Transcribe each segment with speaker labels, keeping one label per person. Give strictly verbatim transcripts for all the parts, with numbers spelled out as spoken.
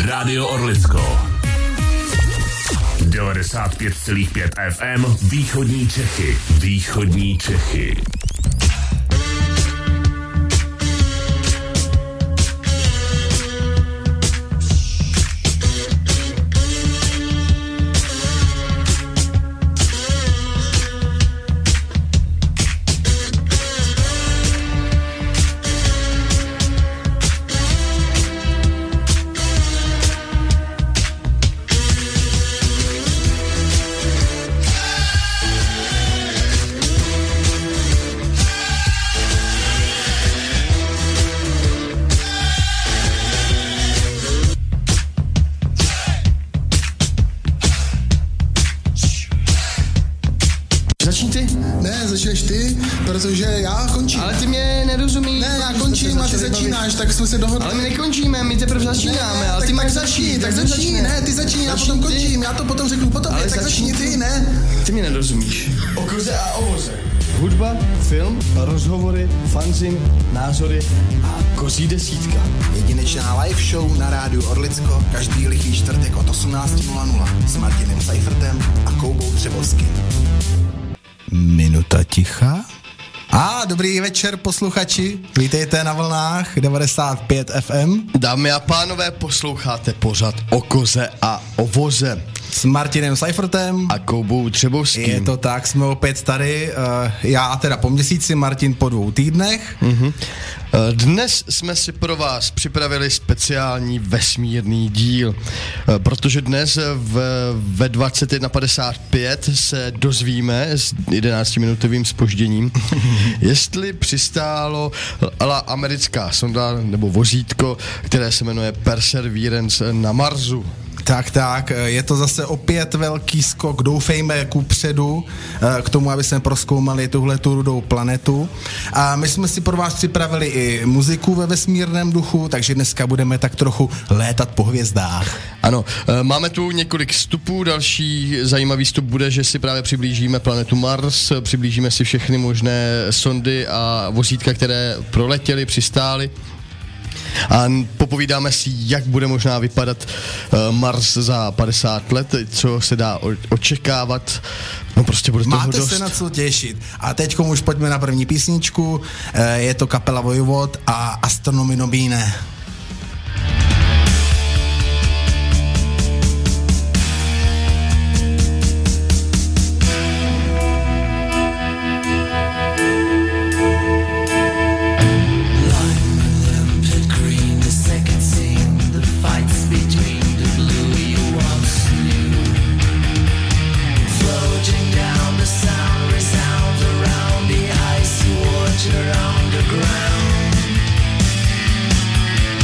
Speaker 1: Rádio Orlicko. devadesát pět celá pět ef em Východní Čechy. Východní Čechy.
Speaker 2: Protože já končím.
Speaker 3: Ale ty mě nerozumíš.
Speaker 2: Ne, já končím a ty začínáš, tak jsme se dohodli.
Speaker 3: Ale my nekončíme, my teprve začínáme, ne, ale ty máš začít, tak začni.
Speaker 2: Ne, ty začni, já potom končím, já to potom řeknu potom, ale tak začni ty, ne.
Speaker 3: Ty mě nerozumíš.
Speaker 2: O koze a o voze.
Speaker 4: Hudba, film, rozhovory, fanzin, názory a kozí desítka.
Speaker 2: Jedinečná live show na rádiu Orlicko každý lichý čtvrtek od osmnáct nula nula s Martinem Seifertem a Koubou Třebovským. Minuta ticha. A dobrý večer, posluchači. Vítejte na vlnách devadesát pět ef em.
Speaker 4: Dámy a pánové, posloucháte pořad o koze a o voze
Speaker 2: s Martinem Seifertem
Speaker 4: a Koubou Třebovským.
Speaker 2: Je to tak, jsme opět tady. Já teda po měsíci, Martin po dvou týdnech.
Speaker 4: Mm-hmm. Dnes jsme si pro vás připravili speciální vesmírný díl, protože dnes v, ve dvacet jedna padesát pět se dozvíme s jedenáctiminutovým zpožděním, jestli přistálo americká sonda nebo vozítko, které se jmenuje Perseverance na Marsu.
Speaker 2: Tak, tak, je to zase opět velký skok, doufejme kupředu, k tomu, aby jsme prozkoumali tuhletu rudou planetu. A my jsme si pro vás připravili i muziku ve vesmírném duchu, takže dneska budeme tak trochu létat po hvězdách.
Speaker 4: Ano, máme tu několik vstupů, další zajímavý vstup bude, že si právě přiblížíme planetu Mars, přiblížíme si všechny možné sondy a vozítka, které proletěly, přistály. A popovídáme si, jak bude možná vypadat uh, Mars za padesát let, co se dá o- očekávat. No prostě bude toho
Speaker 2: Máte
Speaker 4: dost.
Speaker 2: se na co těšit. A teď už pojďme na první písničku. Uh, je to kapela Vojvod a Astronomy Nobíne.
Speaker 5: Underground.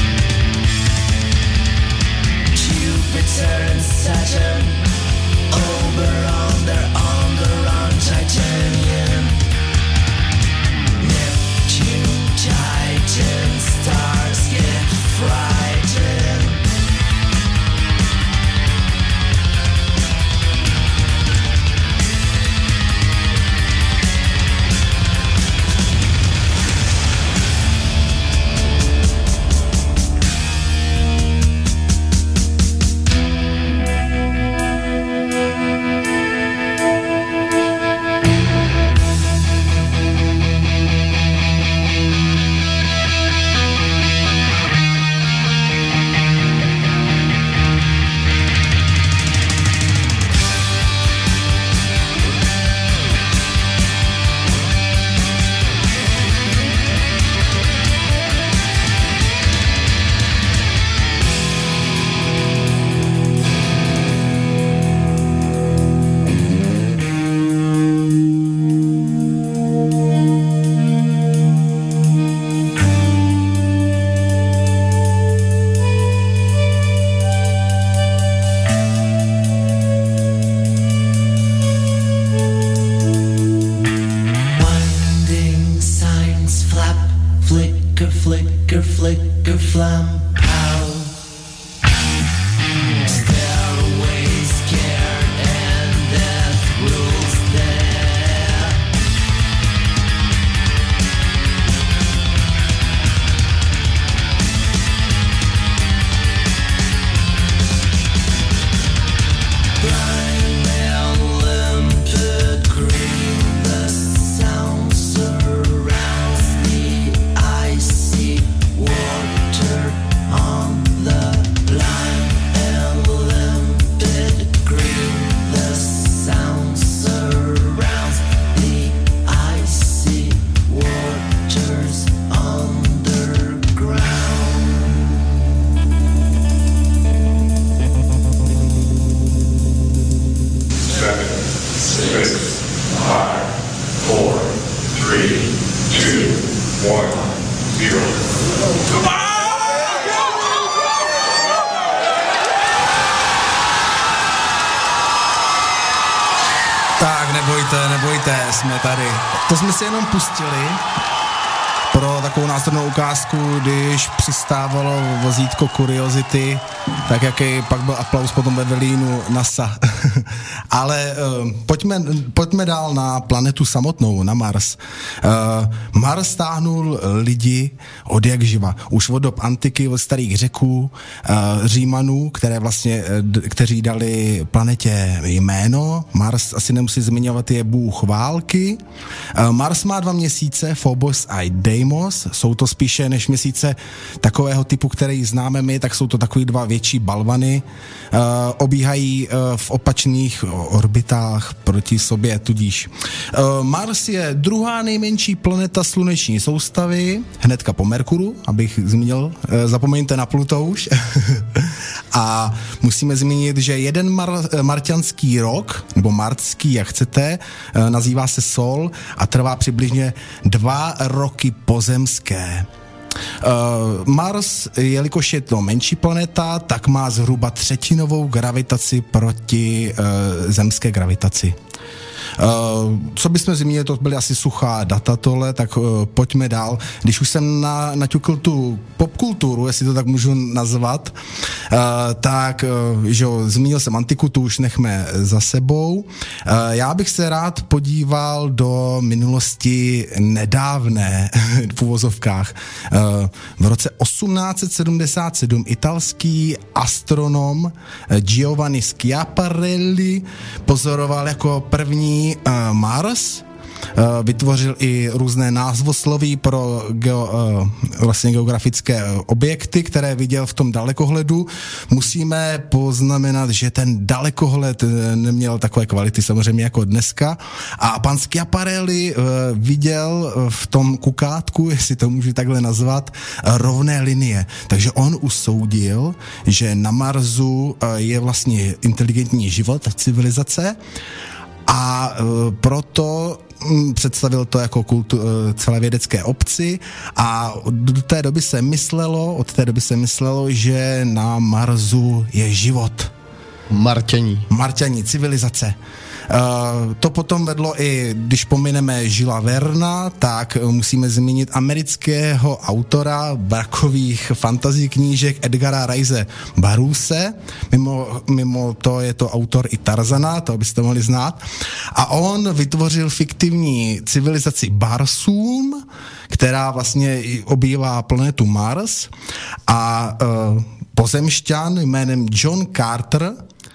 Speaker 2: nebojte, nebojte, jsme tady. To jsme si jenom pustili pro takovou následnou ukázku, když přistávalo vozítko Curiosity, tak jaký pak byl aplaus potom ve Velínu NASA. Ale uh, pojďme, pojďme dál na planetu samotnou, na Mars. Uh, Mars stáhnul lidi od jak živa. Už od dob antiky, od starých Řeků, uh, Římanů, které vlastně, d- kteří dali planetě jméno. Mars, asi nemusí zmiňovat, je bůh války. Uh, Mars má dva měsíce, Phobos a Deimos. Jsou to spíše než měsíce takového typu, který známe my, tak jsou to takový dva větší balvany. Uh, obíhají uh, v opačných orbitách proti sobě, tudíž. Uh, Mars je druhá nejmenší planeta sluneční soustavy, hnedka po Merkuru, abych zmínil, uh, zapomeňte na Pluto už. A musíme zmínit, že jeden mar- marťanský rok, nebo martský, jak chcete, uh, nazývá se Sol a trvá přibližně dva roky pozemské. Uh, Mars, jelikož je to menší planeta, tak má zhruba třetinovou gravitaci proti uh, zemské gravitaci. Uh, co bychom zmínili, to byly asi suchá data tohle, tak uh, pojďme dál. Když už jsem na, naťukl tu popkulturu, jestli to tak můžu nazvat, uh, tak uh, že jo, zmínil jsem antiku, tu už nechme za sebou. Uh, já bych se rád podíval do minulosti nedávné v uvozovkách. Uh, v roce osmnáct set sedmdesát sedm italský astronom Giovanni Schiaparelli pozoroval jako první Mars, vytvořil i různé názvosloví pro geo, vlastně geografické objekty, které viděl v tom dalekohledu. Musíme poznamenat, že ten dalekohled neměl takové kvality samozřejmě jako dneska a pan Schiaparelli viděl v tom kukátku, jestli to můžu takhle nazvat, rovné linie. Takže on usoudil, že na Marsu je vlastně inteligentní život, civilizace, a uh, proto um, představil to jako kultu, uh, celé vědecké obci a do té doby se myslelo, od té doby se myslelo, že na Marsu je život.
Speaker 4: Marťaní.
Speaker 2: Marťaní, civilizace. Uh, to potom vedlo i, když pomineme Žila Verna, tak musíme zmínit amerického autora brakových fantazí knížek Edgara Rice Burroughse. Mimo, mimo to je to autor i Tarzana, to byste mohli znát. A on vytvořil fiktivní civilizaci Barsům, která vlastně obývá planetu Mars a uh, pozemšťan jménem John Carter,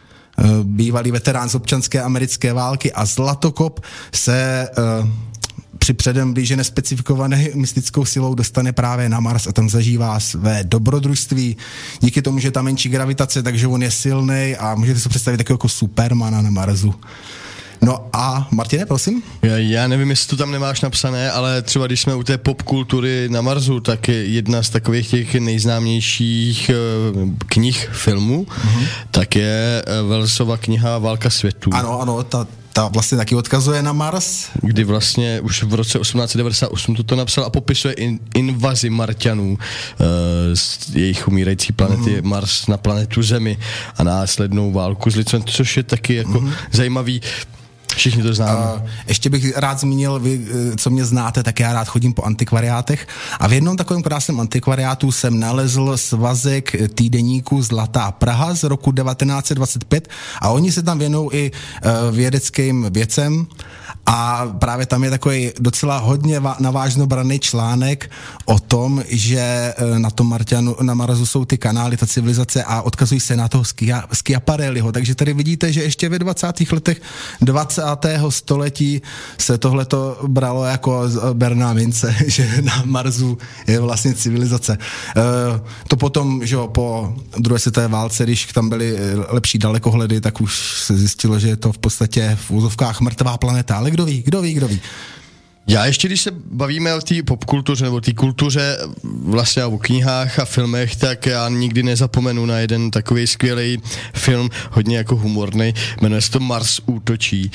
Speaker 2: bývalý veterán z občanské americké války a zlatokop, se uh, při předem blíže nespecifikované mystickou silou dostane právě na Mars a tam zažívá své dobrodružství. Díky tomu, že je tam menší gravitace, takže on je silnej a můžete si představit takového jako Supermana na Marsu. No a Martine, prosím?
Speaker 4: Já, já nevím, jestli to tam nemáš napsané, ale třeba když jsme u té popkultury na Marsu, tak je jedna z takových těch nejznámějších uh, knih, filmů, mm-hmm. tak je uh, Wellsova kniha Válka světů.
Speaker 2: Ano, ano, ta, ta vlastně taky odkazuje na Mars.
Speaker 4: Kdy vlastně už v roce osmnáct set devadesát osm toto napsal a popisuje in, invazi Marťanů uh, z jejich umírající planety mm-hmm. Mars na planetu Zemi a následnou válku s lidem, což je taky jako mm-hmm. zajímavý. Všichni to známe. Uh,
Speaker 2: ještě bych rád zmínil, vy, co mě znáte, tak já rád chodím po antikvariátech a v jednom takovém krásném antikvariátu jsem nalezl svazek týdeníku Zlatá Praha z roku devatenáct set dvacet pět a oni se tam věnují i uh, vědeckým věcem a právě tam je takový docela hodně va- navážno branný článek o tom, že uh, na tom Marťanu, na Marsu jsou ty kanály, ta civilizace a odkazují se na toho Schia- Schiaparelliho, takže tady vidíte, že ještě ve dvacátých letech dvacátého století se tohleto bralo jako berná mince, že na Marsu je vlastně civilizace. E, to potom, že jo, po druhé světové válce, když tam byly lepší dalekohledy, tak už se zjistilo, že je to v podstatě v úzovkách mrtvá planeta, ale kdo ví, kdo ví, kdo ví.
Speaker 4: Já ještě, když se bavíme o té popkultuře nebo té kultuře vlastně o knihách a filmech, tak já nikdy nezapomenu na jeden takový skvělý film, hodně jako humorný, jmenuje se to Mars útočí.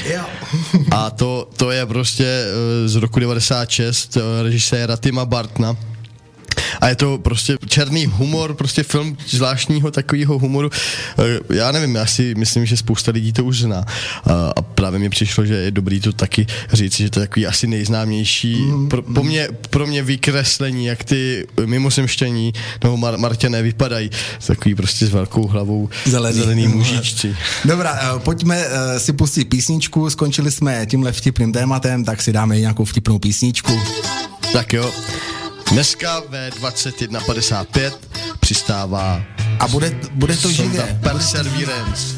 Speaker 4: A to, to je prostě z roku devadesát šest režiséra Tima Burtona. A je to prostě černý humor, prostě film zvláštního takového humoru. Já nevím, já si myslím, že spousta lidí to už zná. A právě mi přišlo, že je dobrý to taky říct, že to je takový asi nejznámější mm, pro, po mě, pro mě vykreslení, jak ty mimozemštění nebo Mar- Marťané vypadají. Takový prostě s velkou hlavou zelený, zelený mužičci.
Speaker 2: Dobrá, pojďme si pustit písničku. Skončili jsme tímhle vtipným tématem, tak si dáme nějakou vtipnou písničku.
Speaker 4: Tak jo. Dneska ve dvacet jedna padesát pět přistává
Speaker 2: a bude, bude to živě.
Speaker 4: Perseverance.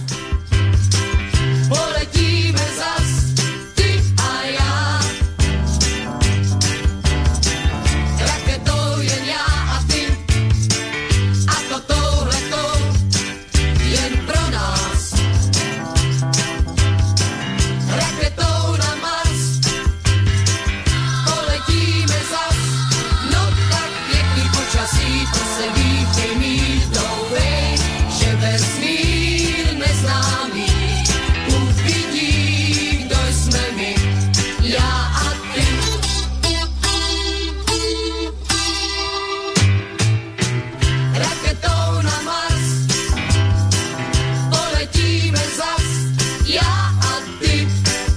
Speaker 5: Poletíme zas, ty a já. Raketou jen já a ty. A to touhletou jen pro nás. Raketou na Mars. Poletíme zas. No tak pěkný počasí, to se vítej mít doufej, že vesmír neznámý uvidí, kdo jsme my, já a ty. Raketou na Mars poletíme zas, já a ty.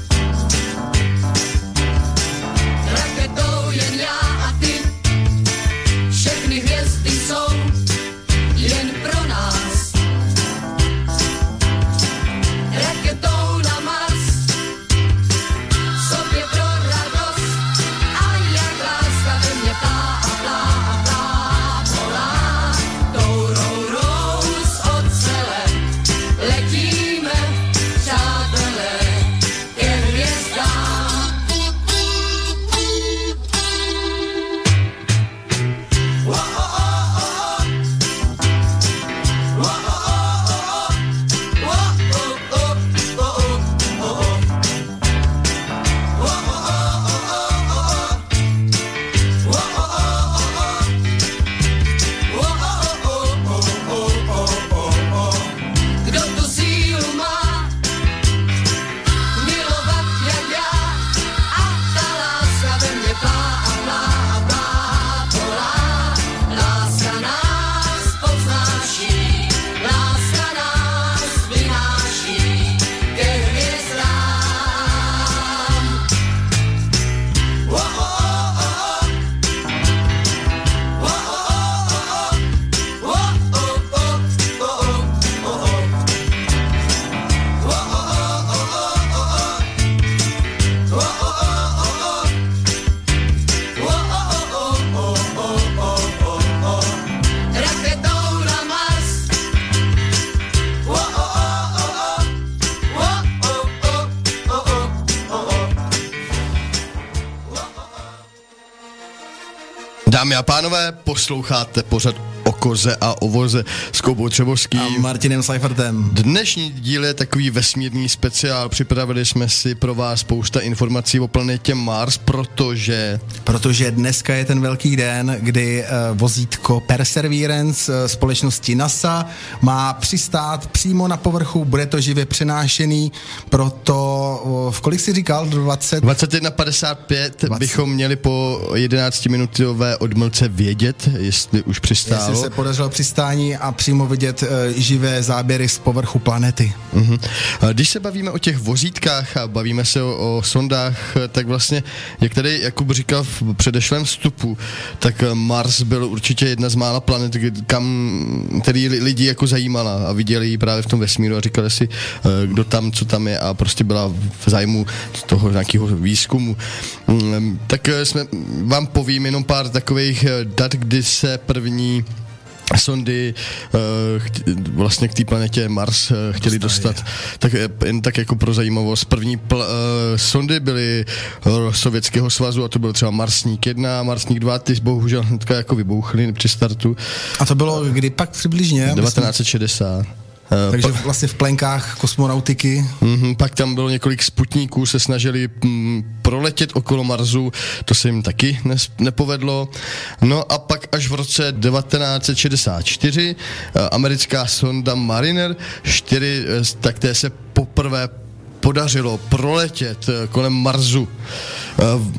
Speaker 5: Raketou jen já a ty. Všechny hvězdy jsou jen pro nás. Raketou na Mars, sobě pro radost. A jak láska ve mně tá a tá a tá volá. Tou rourou z ocele letíme, přátelé, ke hvězdám. Kdo tu sílu má milovat jak já, a ta láska ve mně plá a plá a plá volá. Láska nás povznáší, láska nás vynáší ke hvězdám. Oh, oh, oh, oh. Oh, oh, oh, oh. Oh, oh, oh, oh, oh. Raketou na Mars.
Speaker 4: Dámy a pánové, posloucháte pořad o koze a o voze s Koubou Třebovským
Speaker 2: A Martinem Seifertem.
Speaker 4: Dnešní díl je takový vesmírný speciál. Připravili jsme si pro vás spousta informací o planetě Mars, protože...
Speaker 2: Protože dneska je ten velký den, kdy uh, vozítko Perseverance uh, společnosti NASA má přistát přímo na povrchu, bude to živě přenášený, proto uh, v kolik jsi říkal? dvacet
Speaker 4: dvacet jedna padesát pět dvacet bychom měli po jedenáctiminutové odmlce vědět, jestli už přistálo.
Speaker 2: Jestli se podařilo přistání a přímo vidět uh, živé záběry z povrchu planety.
Speaker 4: Uh-huh. Když se bavíme o těch vozítkách a bavíme se o, o sondách, tak vlastně, jak tady Jakub říkal v předešlém vstupu, tak Mars byl určitě jedna z mála planet, kam, který lidi jako zajímala a viděli ji právě v tom vesmíru a říkali si, kdo tam, co tam je a prostě byla v zájmu toho nějakého výzkumu. Tak jsme, vám povím jenom pár takových dat, kdy se první sondy uh, vlastně k té planetě Mars uh, chtěli Dostali. dostat. Tak jen tak jako pro zajímavost. První pl- uh, sondy byly uh, Sovětského svazu a to byl třeba Marsník jedna, Marsník dva, ty bohužel hnedka jako vybouchly při startu.
Speaker 2: A to bylo kdy pak přibližně?
Speaker 4: devatenáct set šedesát.
Speaker 2: Uh, Takže pa- vlastně v plenkách kosmonautiky.
Speaker 4: Mm-hmm, pak tam bylo několik sputníků, se snažili mm, proletět okolo Marsu, to se jim taky nes- nepovedlo. No a pak až v roce devatenáct set šedesát čtyři uh, americká sonda Mariner čtyři, uh, tak té se poprvé podařilo proletět uh, kolem Marsu. Uh, pak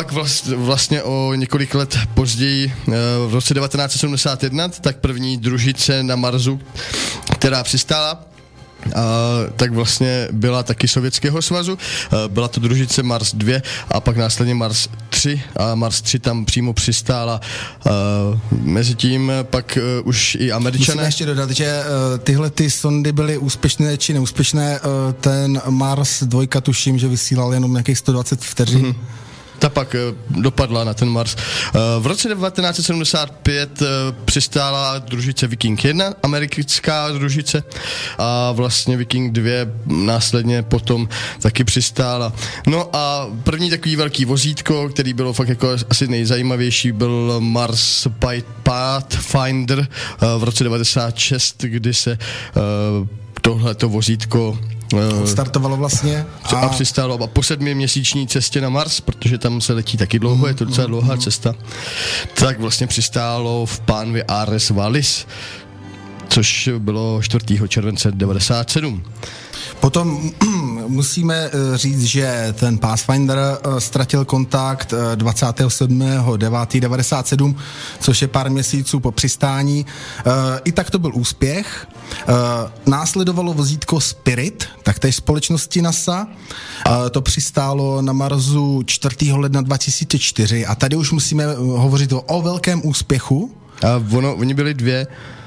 Speaker 4: pak vlast, vlastně o několik let později, v roce devatenáct set sedmdesát jedna, tak první družice na Marsu, která přistála, a, tak vlastně byla taky Sovětského svazu, a, byla to družice Mars dva a pak následně Mars tři a Mars tři tam přímo přistála. A, mezitím pak a, už i Američané.
Speaker 2: Musíme ještě dodat, že uh, tyhle ty sondy byly úspěšné či neúspěšné. Uh, ten Mars dva tuším, že vysílal jenom nějakých sto dvacet vteřin. Mm-hmm.
Speaker 4: Ta pak uh, dopadla na ten Mars. Uh, v roce devatenáct set sedmdesát pět uh, přistála družice Viking jedna, americká družice, a vlastně Viking dva následně potom taky přistála. No a první takový velký vozítko, který bylo fakt jako asi nejzajímavější, byl Mars Pathfinder uh, v roce devadesát šest, kdy se uh, tohleto vozítko
Speaker 2: startovalo vlastně
Speaker 4: a, a přistálo a po sedmiměsíční cestě na Mars, protože tam se letí taky dlouho, je to docela dlouhá cesta, tak vlastně přistálo v pánvi Ares Vallis, což bylo čtvrtého července devadesát sedm.
Speaker 2: Potom musíme říct, že ten Pathfinder ztratil kontakt dvacátého sedmého devátého devadesát sedm, což je pár měsíců po přistání. I tak to byl úspěch. Následovalo vozítko Spirit, taktéž společnosti NASA. To přistálo na Marsu čtvrtého ledna dva tisíce čtyři a tady už musíme hovořit o, o velkém úspěchu.
Speaker 4: A ono, oni byli dvě,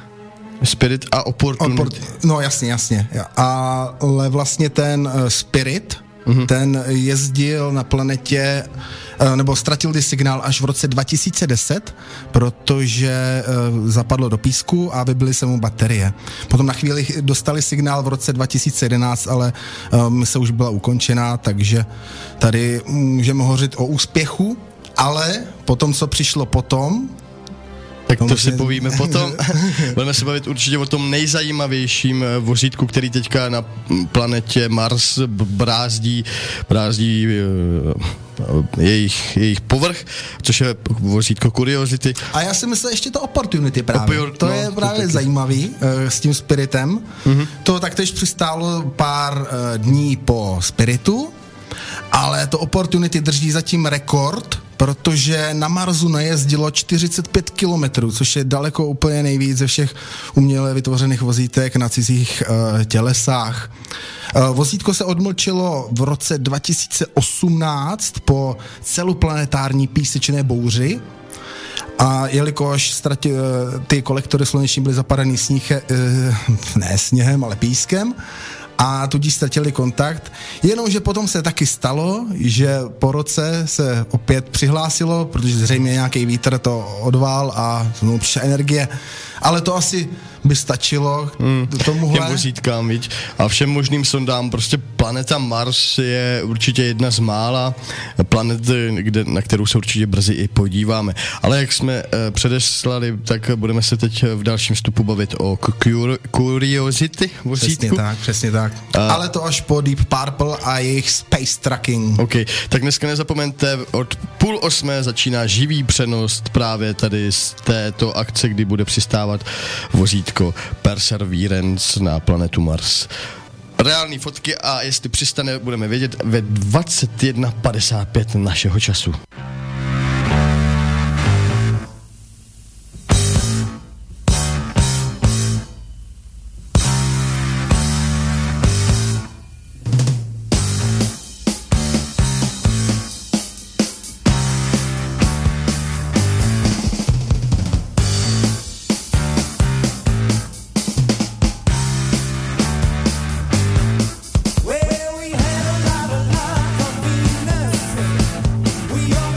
Speaker 4: Spirit a Opportunity.
Speaker 2: Opor- no jasně, jasně. Ale vlastně ten uh, Spirit, mm-hmm. ten jezdil na planetě, uh, nebo ztratil signál až v roce dva tisíce deset, protože uh, zapadlo do písku a vybily se mu baterie. Potom na chvíli dostali signál v roce dva tisíce jedenáct, ale uh, mise už byla ukončená, takže tady můžeme hovořit o úspěchu, ale potom, co přišlo potom,
Speaker 4: tak to si povíme potom. Budeme se bavit určitě o tom nejzajímavějším vozítku, který teďka na planetě Mars brázdí, brázdí uh, jejich, jejich povrch, což je vozítko Curiosity.
Speaker 2: A já si myslím ještě to Opportunity právě.
Speaker 4: Opior,
Speaker 2: to
Speaker 4: no,
Speaker 2: je právě
Speaker 4: to
Speaker 2: zajímavý uh, s tím Spiritem. Mm-hmm. To taktéž přistálo pár uh, dní po Spiritu, ale to Opportunity drží zatím rekord, protože na Marsu najezdilo čtyřicet pět kilometrů, což je daleko úplně nejvíc ze všech uměle vytvořených vozítek na cizích uh, tělesách. Uh, vozítko se odmlčilo v roce dva tisíce osmnáct po celoplanetární písečné bouři, a jelikož ztrati, uh, ty kolektory sluneční byly zapadaný sníh, uh, ne sněhem, ale pískem, a tudíž ztratili kontakt, jenomže potom se taky stalo, že po roce se opět přihlásilo, protože zřejmě nějaký vítr to odvál a znovu přišla energie, ale to asi by stačilo
Speaker 4: hmm,
Speaker 2: k tomuhle.
Speaker 4: Těm vozítkám, viď? A všem možným sondám, prostě planeta Mars je určitě jedna z mála planet, kde, na kterou se určitě brzy i podíváme. Ale jak jsme eh, předeslali, tak budeme se teď v dalším vstupu bavit o cur- Curiosity vozítku.
Speaker 2: Přesně tak, přesně tak. A... Ale to až po Deep Purple a jejich Space Tracking.
Speaker 4: OK, tak dneska nezapomeňte, od půl osmé začíná živý přenos právě tady z této akce, kdy bude přistávat vozítko Perseverance na planetu Mars. Reální fotky a jestli přistane, budeme vědět ve dvacet jedna padesát pět našeho času.
Speaker 6: We all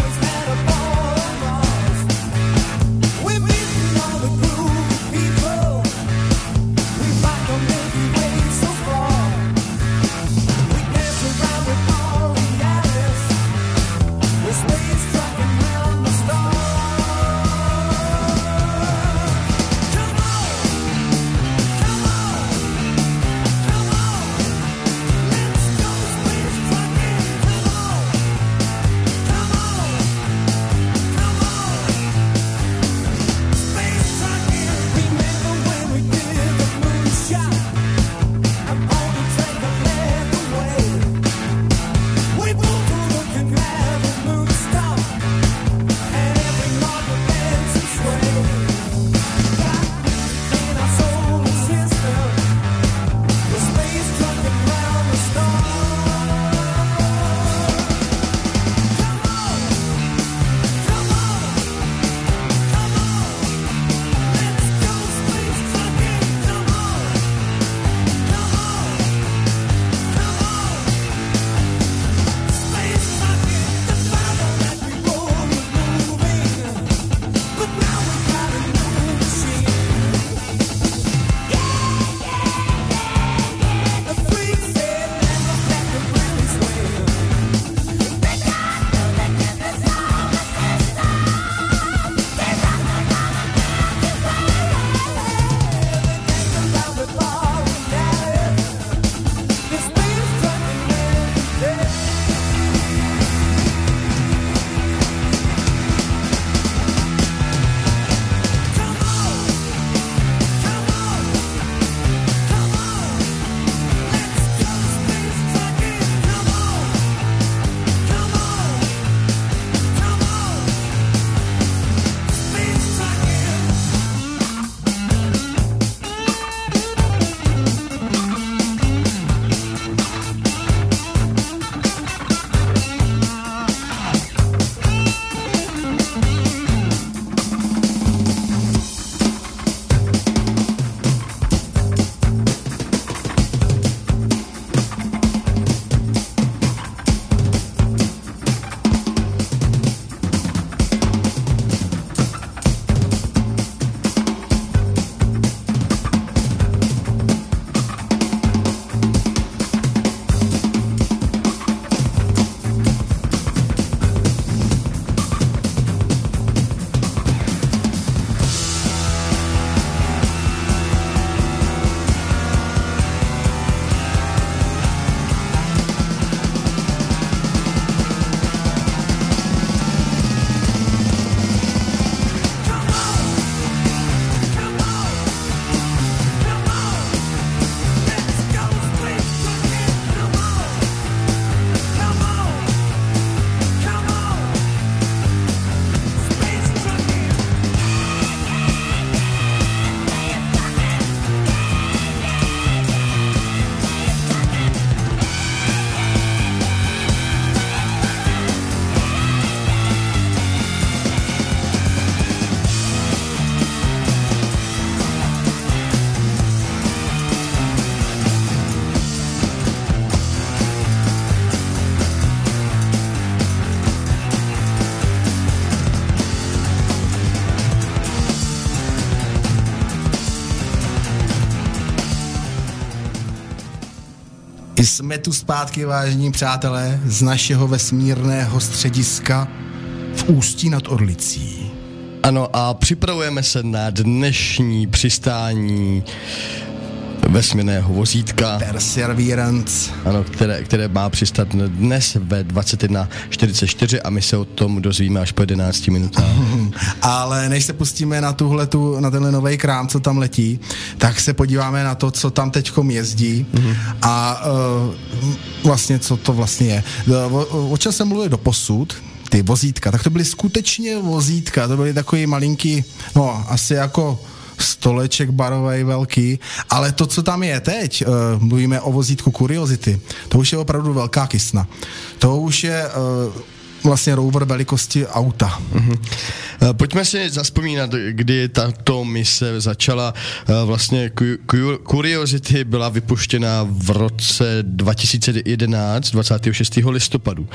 Speaker 2: Jsme tu zpátky, vážení přátelé, z našeho vesmírného střediska v Ústí nad Orlicí.
Speaker 4: Ano, a připravujeme se na dnešní přistání vesmírného vozítka.
Speaker 2: Perseverance.
Speaker 4: Ano, které, které má přistat dnes ve dvacet jedna čtyřicet čtyři a my se o tom dozvíme až po jedenácti minutách.
Speaker 2: Ale než se pustíme na tuhletu, na tenhle nový krám, co tam letí, tak se podíváme na to, co tam teďkom jezdí mm-hmm. a uh, vlastně, co to vlastně je. O, o čem jsem mluvil doposud, ty vozítka, tak to byly skutečně vozítka, to byly takový malinký, no asi jako stoleček barovej velký, ale to, co tam je teď, uh, mluvíme o vozítku Curiosity, to už je opravdu velká kysna. To už je uh, vlastně rover velikosti auta.
Speaker 4: Uh-huh. Pojďme si zavzpomínat, kdy tato mise začala. Vlastně Curiosity byla vypuštěna v roce dva tisíce jedenáct, dvacátého šestého listopadu.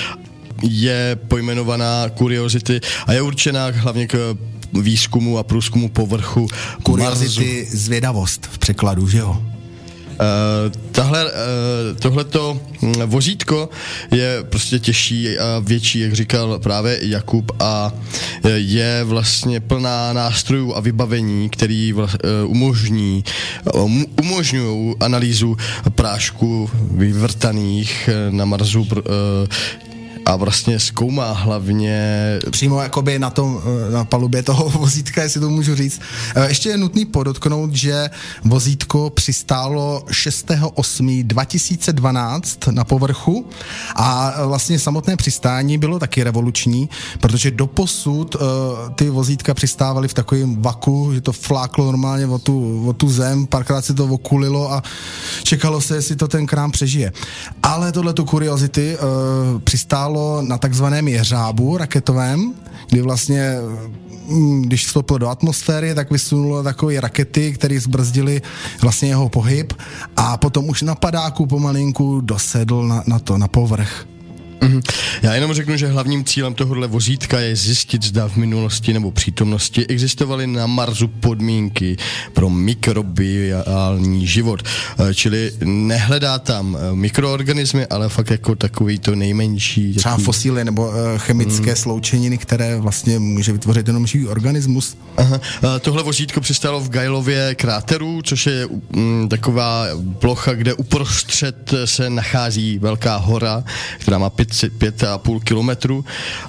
Speaker 4: Je pojmenovaná Curiosity a je určená hlavně k výzkumu a průzkumu povrchu
Speaker 2: Curiosity Marsu. Zvědavost v překladu, že jo?
Speaker 4: Uh, tahle, uh, tohleto vozítko je prostě těžší a větší, jak říkal právě Jakub, a je vlastně plná nástrojů a vybavení, který vlast, uh, umožní um, umožňují analýzu prášků vyvrtaných na Marsu, uh, a vlastně zkoumá hlavně...
Speaker 2: Přímo jakoby na tom, na palubě toho vozítka, jestli to můžu říct. Ještě je nutný podotknout, že vozítko přistálo šestého osmého dva tisíce dvanáct na povrchu a vlastně samotné přistání bylo taky revoluční, protože doposud uh, ty vozítka přistávaly v takovém vaku, že to fláklo normálně o tu, o tu zem, párkrát se to okulilo a čekalo se, jestli to ten krám přežije. Ale tohleto Curiosity uh, přistálo na takzvaném jeřábu raketovém, kdy vlastně, když vstoupil do atmosféry, tak vysunulo takové rakety, které zbrzdily vlastně jeho pohyb a potom už na padáku pomalinku dosedl na, na to, na povrch.
Speaker 4: Mm-hmm. Já jenom řeknu, že hlavním cílem tohohle vozítka je zjistit, zda v minulosti nebo přítomnosti existovaly na Marsu podmínky pro mikrobiální život. Čili nehledá tam mikroorganismy, ale fakt jako takový to nejmenší.
Speaker 2: Třeba
Speaker 4: takový...
Speaker 2: fosíly nebo uh, chemické mm. sloučeniny, které vlastně může vytvořit jenom živý organismus.
Speaker 4: Aha. Tohle vozítko přistálo v Guyově kráteru, což je mm, taková plocha, kde uprostřed se nachází velká hora, která má pět a půl kilometru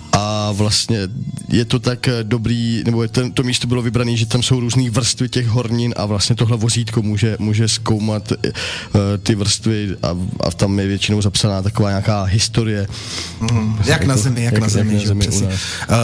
Speaker 4: a vlastně je to tak dobrý, nebo ten, to místo bylo vybrané, že tam jsou různý vrstvy těch hornin a vlastně tohle vozítko může, může zkoumat uh, ty vrstvy a, a tam je většinou zapsaná taková nějaká historie.
Speaker 2: Mm, jak na zemi, jak, jak na zemi. Jak na zemi uh,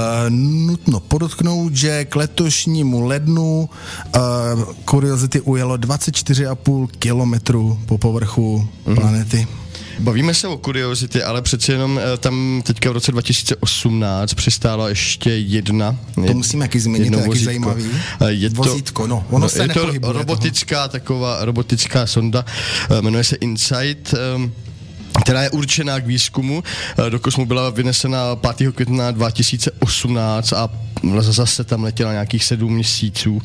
Speaker 2: nutno podotknout, že k letošnímu lednu uh, Curiosity ujelo dvacet čtyři a půl kilometru po povrchu mm. planety.
Speaker 4: Bavíme se o Curiosity, ale přeci jenom tam teďka v roce dva tisíce osmnáct přistála ještě jedna.
Speaker 2: To musíme jaký zmínit, to je jaký zajímavý.
Speaker 4: Je to,
Speaker 2: vozítko, no, ono
Speaker 4: no,
Speaker 2: se
Speaker 4: je to robotická toho. taková robotická sonda, jmenuje se InSight, která je určená k výzkumu. Do kosmu byla vynesena pátého května dva tisíce osmnáct a zase tam letěla nějakých sedm měsíců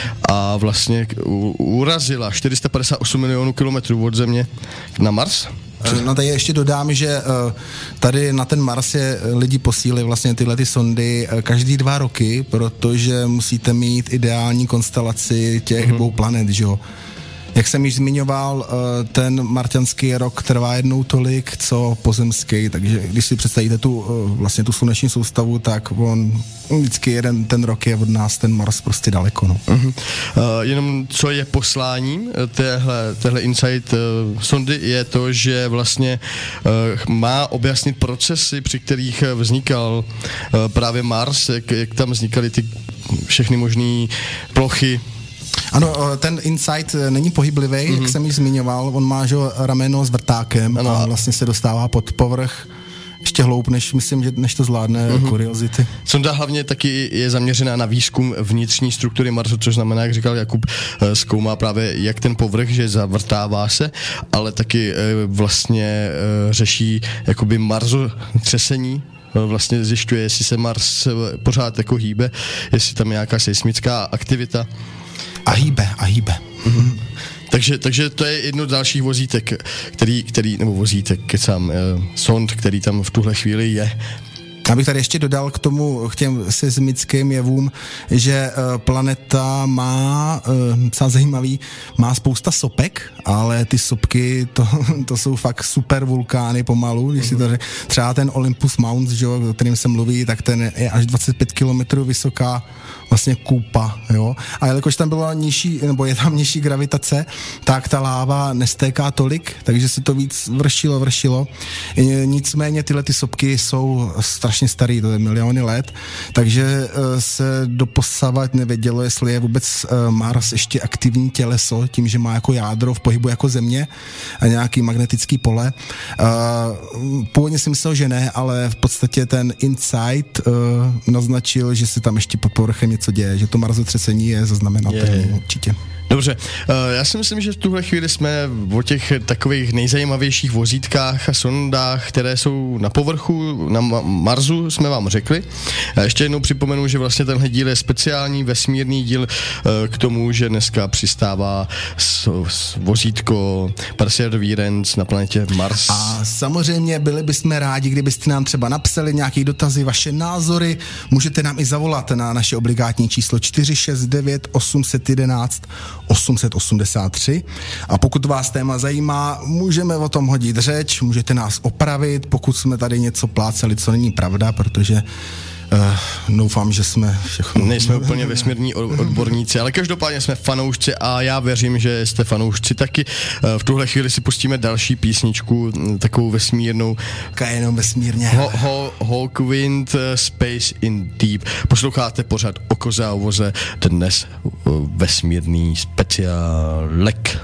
Speaker 4: a vlastně urazila čtyři sta padesát osm milionů kilometrů od Země na Mars.
Speaker 2: No tady ještě dodám, že uh, tady na ten Mars je lidi posílili vlastně tyhle ty sondy uh, každý dva roky, protože musíte mít ideální konstelaci těch mm-hmm. dvou planet, že jo. Jak jsem již zmiňoval, ten marťanský rok trvá jednou tolik, co pozemský, takže když si představíte tu, vlastně tu sluneční soustavu, tak on vždycky jeden ten rok je od nás ten Mars prostě daleko. No.
Speaker 4: Uh-huh. Uh, jenom co je posláním téhle, téhle InSight uh, sondy je to, že vlastně uh, má objasnit procesy, při kterých vznikal uh, právě Mars, jak, jak tam vznikaly ty všechny možné plochy.
Speaker 2: Ano, ten InSight není pohyblivý, mm-hmm. jak jsem již zmiňoval, on má že, rameno s vrtákem ano. a vlastně se dostává pod povrch ještě hloub, než myslím, že než to zvládne mm-hmm. Curiosity.
Speaker 4: Sonda hlavně taky je zaměřená na výzkum vnitřní struktury Marsu, což znamená, jak říkal Jakub, zkoumá právě jak ten povrch, že zavrtává se, ale taky vlastně řeší jakoby marsotřesení. Vlastně zjišťuje, jestli se Mars pořád jako hýbe, jestli tam je nějaká seismická aktivita.
Speaker 2: A hýbe, a hýbe. Mm-hmm.
Speaker 4: Takže, takže to je jedno z dalších vozítek, který, který nebo vozítek, kecám, uh, sond, který tam v tuhle chvíli je.
Speaker 2: Abych tady ještě dodal k tomu, k těm seismickým jevům, že uh, planeta má, uh, docela zajímavý, má spousta sopek, ale ty sopky, to, to jsou fakt super vulkány pomalu, když si to řek, třeba ten Olympus Mons, že jo, o kterým se mluví, tak ten je až dvacet pět kilometrů vysoká vlastně kůpa, jo. A jelikož tam byla nižší, nebo je tam nižší gravitace, tak ta láva nestéká tolik, takže se to víc vršilo, vršilo. Nicméně tyhle ty sopky jsou strašně starý, to je miliony let, takže se doposavat nevědělo, jestli je vůbec Mars ještě aktivní těleso, tím, že má jako jádro v pohybu jako Země a nějaký magnetický pole. Původně si myslel, že ne, ale v podstatě ten insight naznačil, že se tam ještě pod povrchem něco děje, že to marzotřesení je zaznamenatelné určitě.
Speaker 4: Dobře, já si myslím, že v tuhle chvíli jsme o těch takových nejzajímavějších vozítkách a sondách, které jsou na povrchu, na Marsu, jsme vám řekli. A ještě jednou připomenu, že vlastně tenhle díl je speciální vesmírný díl k tomu, že dneska přistává vozítko Perseverance na planetě Mars.
Speaker 2: A samozřejmě byli bychom rádi, kdybyste nám třeba napsali nějaké dotazy, vaše názory, můžete nám i zavolat na naše obligátní číslo čtyři šest devět osm jedna jedna osm osm tři a pokud vás téma zajímá, můžeme o tom hodit řeč, můžete nás opravit, pokud jsme tady něco pláceli, co není pravda, protože Uh, doufám, že jsme všechno...
Speaker 4: Nejsme úplně vesmírní odborníci, ale každopádně jsme fanoušci a já věřím, že jste fanoušci taky. Uh, v tuhle chvíli si pustíme další písničku, takovou vesmírnou.
Speaker 2: Jenom vesmírně.
Speaker 4: Ho, ho, Hawkwind, uh, Space in Deep. Posloucháte pořád o koze a voze, dnes uh, vesmírný speciálek.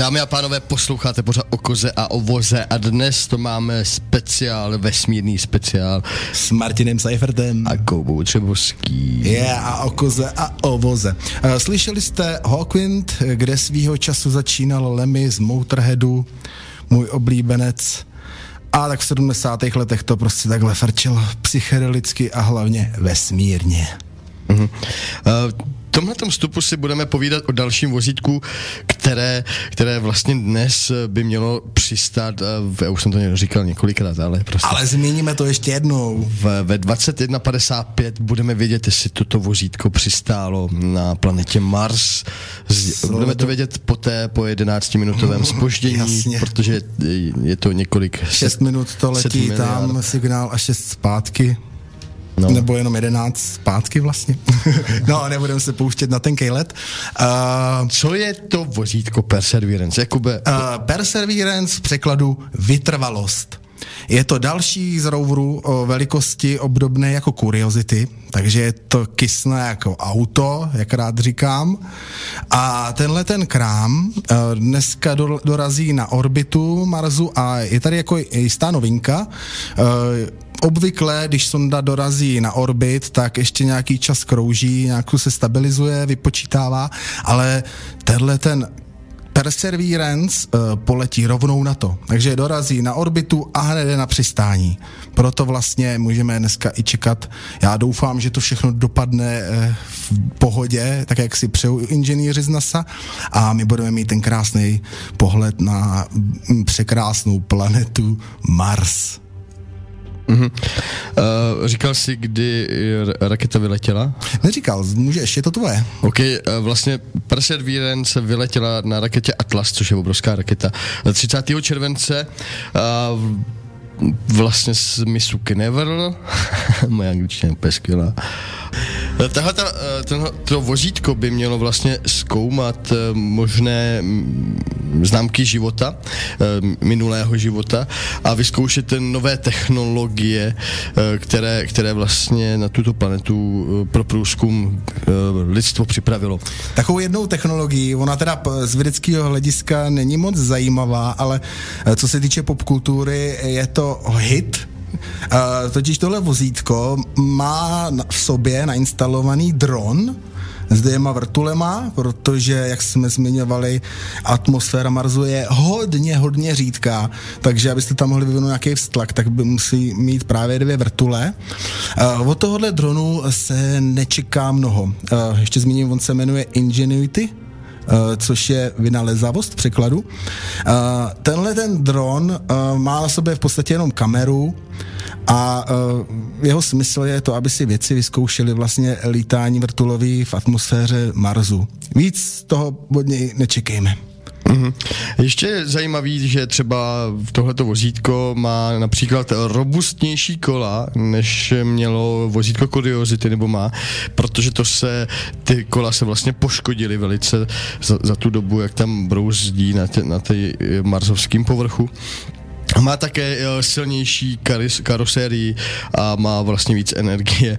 Speaker 4: Dámy a pánové, posloucháte pořád o koze a o voze a dnes to máme speciál, vesmírný speciál.
Speaker 2: S Martinem Seifertem.
Speaker 4: A Koubou Třebovský.
Speaker 2: Je, yeah, a o koze a o voze. Slyšeli jste Hawkwind, kde svýho času začínal Lemmy z Motorheadu, můj oblíbenec. A tak v sedmdesátých letech to prostě takhle frčilo psychedelicky a hlavně vesmírně.
Speaker 4: Mhm. Uh, V tomhletom vstupu si budeme povídat o dalším vozítku, které, které vlastně dnes by mělo přistát, já už jsem to říkal několikrát, ale prostě...
Speaker 2: Ale zmíníme to ještě jednou.
Speaker 4: V, ve dvacet jedna padesát pět budeme vědět, jestli toto vozítko přistálo na planetě Mars. Z, budeme to vědět poté po jedenáctiminutovém zpoždění,
Speaker 2: Jasně.
Speaker 4: protože je to několik...
Speaker 2: Šest minut to letí tam signál a šest zpátky. No. Nebo jenom jedenáct zpátky vlastně. No, nebudeme se pouštět na tenkej let. Uh,
Speaker 4: Co je to vozítko Perseverance, Jakube?
Speaker 2: Uh, Perseverance v překladu vytrvalost. Je to další z roverů o velikosti obdobné jako Curiosity, takže je to kysné jako auto, jak rád říkám. A tenhle ten krám uh, dneska do, dorazí na orbitu Marsu a je tady jako jistá novinka. Uh, Obvykle, když sonda dorazí na orbit, tak ještě nějaký čas krouží, nějakou se stabilizuje, vypočítává, ale tenhle ten Perseverance uh, poletí rovnou na to. Takže dorazí na orbitu a hned jde na přistání. Proto vlastně můžeme dneska i čekat. Já doufám, že to všechno dopadne uh, v pohodě, tak jak si přejou inženýři z NASA a my budeme mít ten krásný pohled na m, překrásnou planetu Mars.
Speaker 4: Mm-hmm. Uh, říkal jsi, kdy raketa vyletěla?
Speaker 2: Neříkal, můžeš, je to tvoje.
Speaker 4: OK, uh, vlastně Perseverance vyletěla na raketě Atlas, což je obrovská raketa, třicátého července uh, vlastně z mysu Canaveral. Moje angličtina je úplně skvělá. Tahle ta, tenhle, to vozítko by mělo vlastně zkoumat možné známky života, minulého života a vyzkoušet nové technologie, které, které vlastně na tuto planetu pro průzkum lidstvo připravilo.
Speaker 2: Takovou jednou technologií, ona teda z vědeckého hlediska není moc zajímavá, ale co se týče popkultury, je to hit. Uh, totiž tohle vozítko má v sobě nainstalovaný dron s dvěma vrtulema, protože, jak jsme zmiňovali, atmosféra Marsu je hodně, hodně řídká, takže abyste tam mohli vyvinout nějaký vztlak, tak by musí mít právě dvě vrtule. Uh, od tohohle dronu se nečeká mnoho. Uh, ještě zmíním, on se jmenuje Ingenuity, Uh, což je vynalezavost v překladu. Uh, tenhle ten dron uh, má na sobě v podstatě jenom kameru a uh, jeho smysl je to, aby si vědci vyzkoušeli vlastně lítání vrtulový v atmosféře Marsu. Víc toho od něj nečekejme.
Speaker 4: Mm-hmm. Ještě je zajímavý, že třeba tohleto vozítko má například robustnější kola, než mělo vozítko Curiosity, nebo má, protože to se, ty kola se vlastně poškodily velice za, za tu dobu, jak tam brouzdí na, tě, na té marsovském povrchu. Má také silnější karosérii a má vlastně víc energie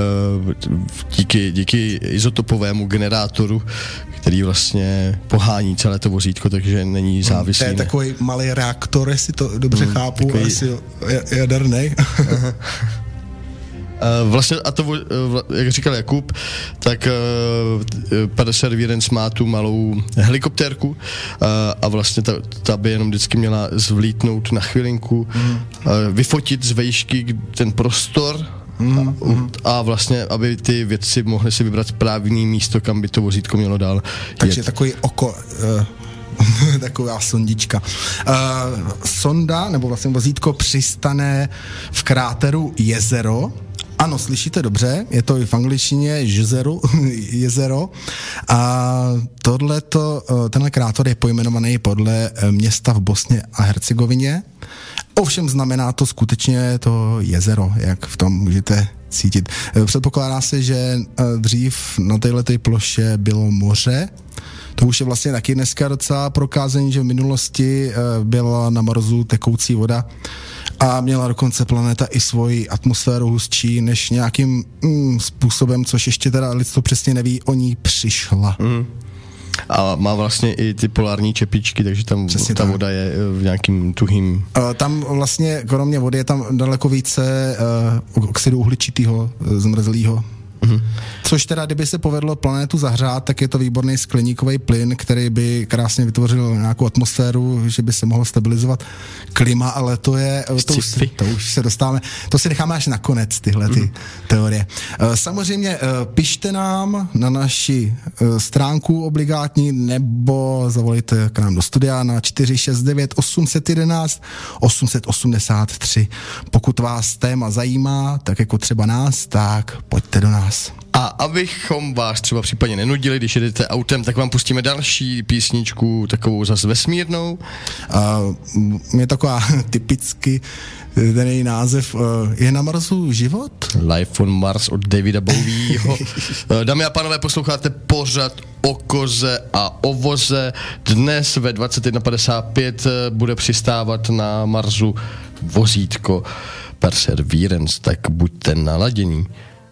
Speaker 4: díky, díky izotopovému generátoru, který vlastně pohání celé to vozítko, takže není závislý.
Speaker 2: To je takový malý reaktor, jestli to dobře hmm, chápu,
Speaker 4: takový...
Speaker 2: asi jadernej.
Speaker 4: Vlastně, a to, jak říkal Jakub, tak Perseverance má tu malou helikoptérku a vlastně ta, ta by jenom vždycky měla zvlítnout na chvilinku, mm. vyfotit z vejšky ten prostor mm. a vlastně, aby ty vědci mohli si vybrat správný místo, kam by to vozítko mělo dál.
Speaker 2: Takže
Speaker 4: jet.
Speaker 2: takový oko... Uh... taková sondička. Uh, sonda, nebo vlastně vozítko přistane v kráteru Jezero. Ano, slyšíte dobře, je to i v angličtině jezero, jezero. A tohleto, tenhle kráter je pojmenovaný podle města v Bosně a Hercegovině. Ovšem znamená to skutečně to jezero, jak v tom můžete cítit. Předpokládá se, že dřív na této ploše bylo moře. To už je vlastně taky dneska docela prokázání, že v minulosti byla na Marsu tekoucí voda a měla dokonce planeta i svoji atmosféru hustší, než nějakým mm, způsobem, což ještě teda lidstvo přesně neví, o ní přišla. Mm.
Speaker 4: A má vlastně i ty polární čepičky, takže tam
Speaker 2: Přesně
Speaker 4: ta
Speaker 2: tak.
Speaker 4: voda je v nějakým tuhým.
Speaker 2: Uh, tam vlastně, kromě vody, je tam daleko více uh, oxidu uhličitého uh, zmrzlého. Mm-hmm. Což teda, kdyby se povedlo planetu zahřát, tak je to výborný skleníkový plyn, který by krásně vytvořil nějakou atmosféru, že by se mohlo stabilizovat klima, ale to je, to už, to už se dostáváme, to si necháme až nakonec, tyhle ty mm. teorie. Samozřejmě pište nám na naši stránku obligátní, nebo zavolejte k nám do studia na čtyři šest devět osm jedna jedna osm osm tři. Pokud vás téma zajímá, tak jako třeba nás, tak pojďte do nás.
Speaker 4: A abychom vás třeba případně nenudili, když jedete autem, tak vám pustíme další písničku, takovou zase vesmírnou.
Speaker 2: Uh, je taková typicky ten její název, uh, je na Marsu život?
Speaker 4: Life on Mars od Davida Bowieho. Dámy a pánové, posloucháte pořad o koze a o voze. Dnes ve dvacet jedna padesát pět bude přistávat na Marsu vozítko Perseverance, tak buďte naladění.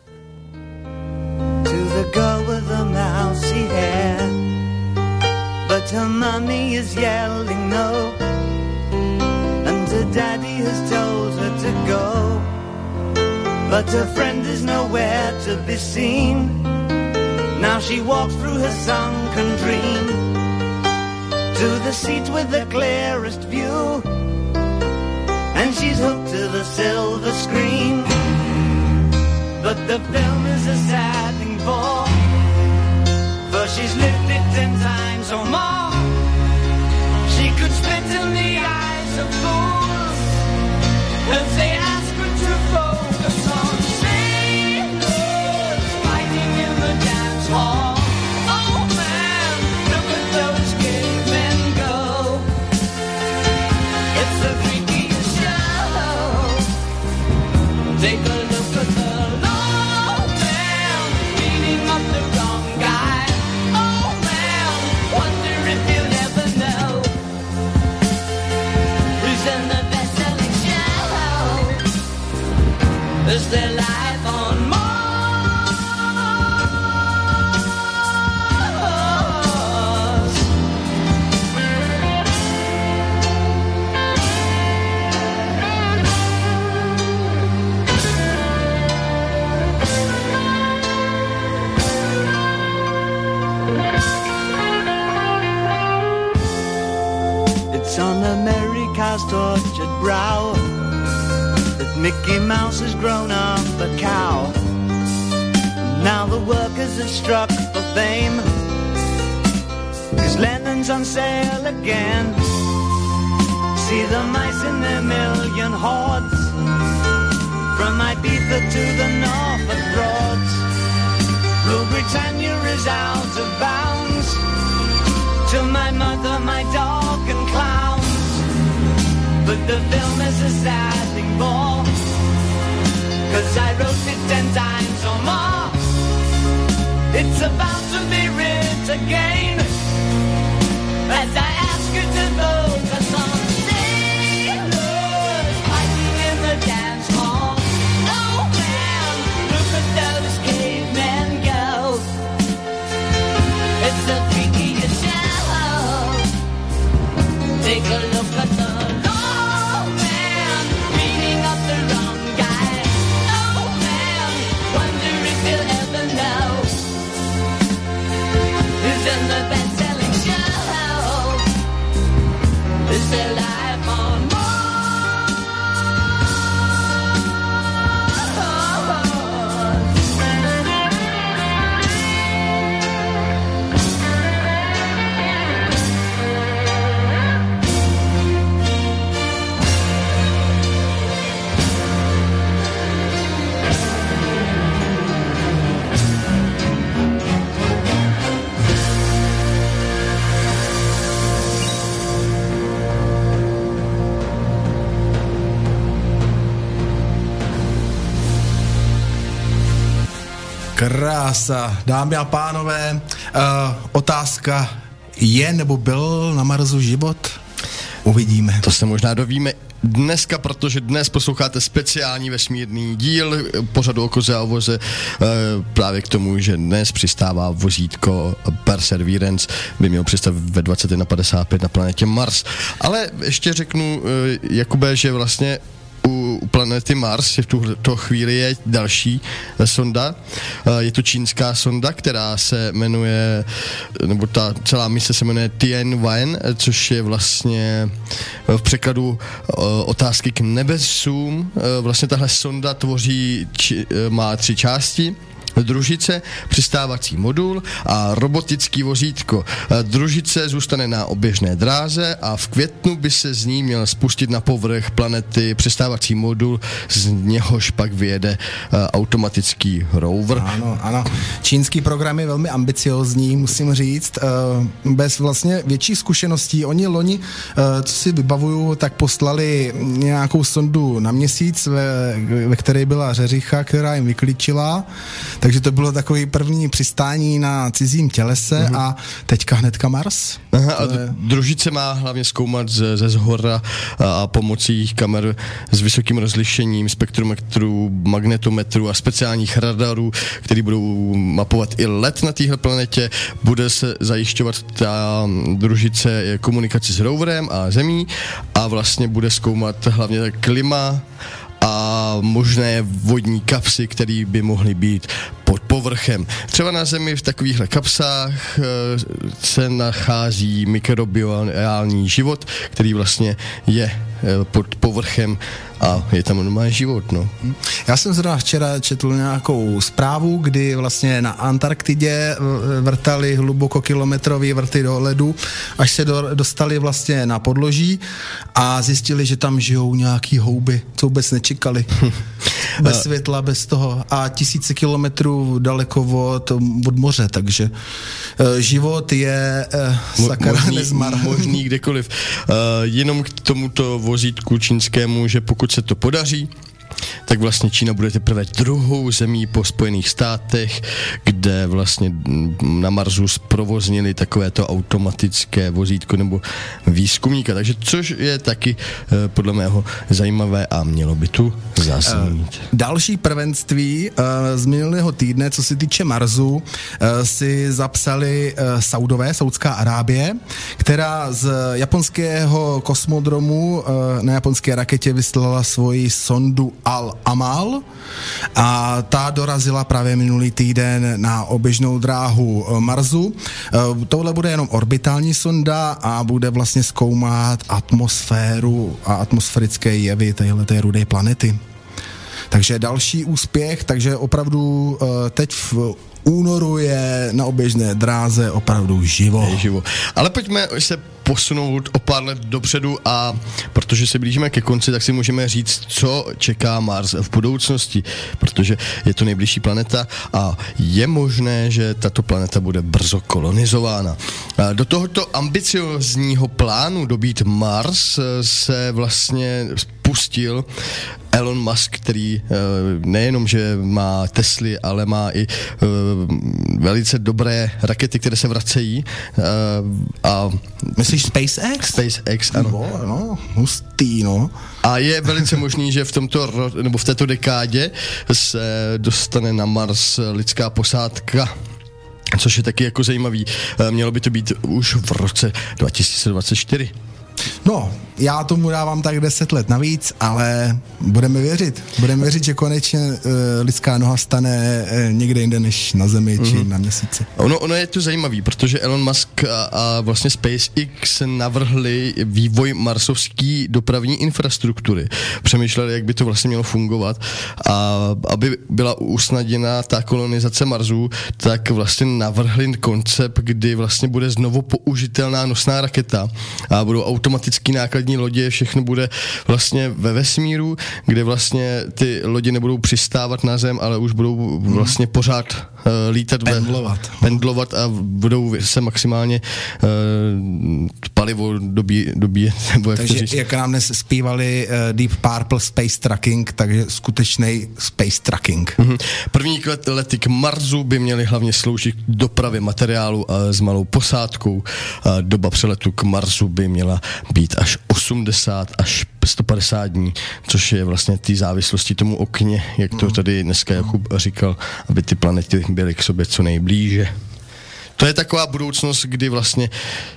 Speaker 6: To the girl with the mousy hair, but her mommy is yelling no, and her daddy has told her to go, but her friend is nowhere to be seen. Now she walks through her sunken dream to the seat with the clearest view, and she's hooked to the silver screen. But the film is a sad thing for, for she's lived it ten times or more. She could spit in the eyes of fools as they ask her to focus on sailors fighting in the dance hall. Oh man, look at those cavemen go. It's the freakiest show. Take a look at the is there life on Mars? It's on America's tortured brow that Mickey Mouse has grown up a cow. Now the workers have struck for fame, 'cause Lennon's on sale again. See the mice in their million hordes, from Ibiza to the Norfolk Broads. Rule Britannia is out of bounds, to my mother, my dog and clowns. But the film is a sad thing more, 'cause I wrote it ten times or more. It's about to be writ again, as I ask you to focus on sailors fighting in the dance hall. Oh man, look at those cavemen go. It's the freakiest show. Take a look at the their life on Mars.
Speaker 2: Krása. Dámy a pánové, uh, otázka, je nebo byl na Marsu život? Uvidíme.
Speaker 4: To se možná dovíme dneska, protože dnes posloucháte speciální vesmírný díl pořadu o koze a voze právě k tomu, že dnes přistává vozítko Perseverance, by měl přistat ve dvacet jedna padesát pět na planetě Mars. Ale ještě řeknu, Jakube, že vlastně u planety Mars v tuto chvíli je další sonda. Je to čínská sonda, která se jmenuje, nebo ta celá mise se jmenuje Tianwen, což je vlastně v překladu otázky k nebesům. Vlastně tahle sonda tvoří, má tři části. Družice, přistávací modul a robotický vozítko. Družice zůstane na oběžné dráze a v květnu by se z ní měl spustit na povrch planety přistávací modul, z něhož pak vyjede uh, automatický rover.
Speaker 2: Ano, ano. Čínský program je velmi ambiciozní, musím říct. Uh, bez vlastně větších zkušeností. Oni loni, uh, co si vybavuju, tak poslali nějakou sondu na měsíc, ve, ve které byla řeřicha, která jim vyklíčila. Takže to bylo takový první přistání na cizím tělese uh-huh. a teďka hnedka Mars.
Speaker 4: Aha, a je... družice má hlavně zkoumat ze, ze zhora a pomocí kamer s vysokým rozlišením, spektrometrů, magnetometrů a speciálních radarů, který budou mapovat i let na téhle planetě. Bude se zajišťovat ta družice komunikaci s roverem a zemí a vlastně bude zkoumat hlavně klima a možné vodní kapsy, které by mohly být pod povrchem. Třeba na Zemi v takovýchhle kapsách se nachází mikrobiální život, který vlastně je pod povrchem a je tam normální život, no.
Speaker 2: Já jsem zrovna včera četl nějakou zprávu, kdy vlastně na Antarktidě vrtali hluboko kilometrový vrty do ledu, až se do, dostali vlastně na podloží a zjistili, že tam žijou nějaký houby, co vůbec nečekali. Bez světla, bez toho a tisíce kilometrů daleko od, od moře, takže uh, život je uh, sakra možný, nezmar.
Speaker 4: Možný kdekoliv. Uh, jenom k tomuto vozítku čínskému, že pokud se to podaří, tak vlastně Čína bude teprve druhou zemí po Spojených státech, kde vlastně na Marsu zprovoznili takovéto automatické vozítko nebo výzkumníka. Takže což je taky podle mého zajímavé a mělo by tu zaznít.
Speaker 2: Další prvenství z minulého týdne, co se týče Marsu, si zapsali Saudové, Saudská Arábie, která z japonského kosmodromu na japonské raketě vyslala svoji sondu Al-Amal a ta dorazila právě minulý týden na oběžnou dráhu Marsu. Tohle bude jenom orbitální sonda a bude vlastně zkoumat atmosféru a atmosférické jevy téhleté rudé planety. Takže další úspěch, takže opravdu teď v únoru je na oběžné dráze opravdu živo.
Speaker 4: Je živo. Ale pojďme se posunout o pár let dopředu a protože se blížíme ke konci, tak si můžeme říct, co čeká Mars v budoucnosti, protože je to nejbližší planeta a je možné, že tato planeta bude brzo kolonizována. Do tohoto ambiciozního plánu dobít Mars se vlastně pustil Elon Musk, který nejenom, že má Tesly, ale má i velice dobré rakety, které se vracejí a
Speaker 2: myslíš SpaceX?
Speaker 4: SpaceX, ano.
Speaker 2: No, no, hustý, no.
Speaker 4: A je velice možný, že v tomto, nebo v této dekádě se dostane na Mars lidská posádka, což je taky jako zajímavý. Mělo by to být už v roce dva tisíce dvacet čtyři.
Speaker 2: No, já tomu dávám tak deset let navíc, ale budeme věřit. Budeme věřit, že konečně uh, lidská noha stane uh, někde jinde než na Zemi mm. či na Měsíci.
Speaker 4: Ono, ono je to zajímavý, protože Elon Musk a, a vlastně SpaceX navrhli vývoj marsovské dopravní infrastruktury. Přemýšleli, jak by to vlastně mělo fungovat a aby byla usnadněna ta kolonizace Marsu, tak vlastně navrhli koncept, kdy vlastně bude znovu použitelná nosná raketa a budou automatický nákladní lodě, všechno bude vlastně ve vesmíru, kde vlastně ty lodi nebudou přistávat na Zem, ale už budou vlastně pořád uh, lítat,
Speaker 2: pendlovat.
Speaker 4: Ve, pendlovat a budou se maximálně uh, palivo dobí, dobíjet. Nebo jak
Speaker 2: takže jak nám dnes zpívali uh, Deep Purple Space Tracking, takže skutečný Space Tracking.
Speaker 4: Mm-hmm. První lety k Marsu by měly hlavně sloužit k dopravě materiálu uh, s malou posádkou. Uh, doba přeletu k Marsu by měla být až osmdesát až sto padesát dní, což je vlastně ty závislosti tomu okně, jak to tady dneska Jakub říkal, aby ty planety byly k sobě co nejblíže. To je taková budoucnost, kdy vlastně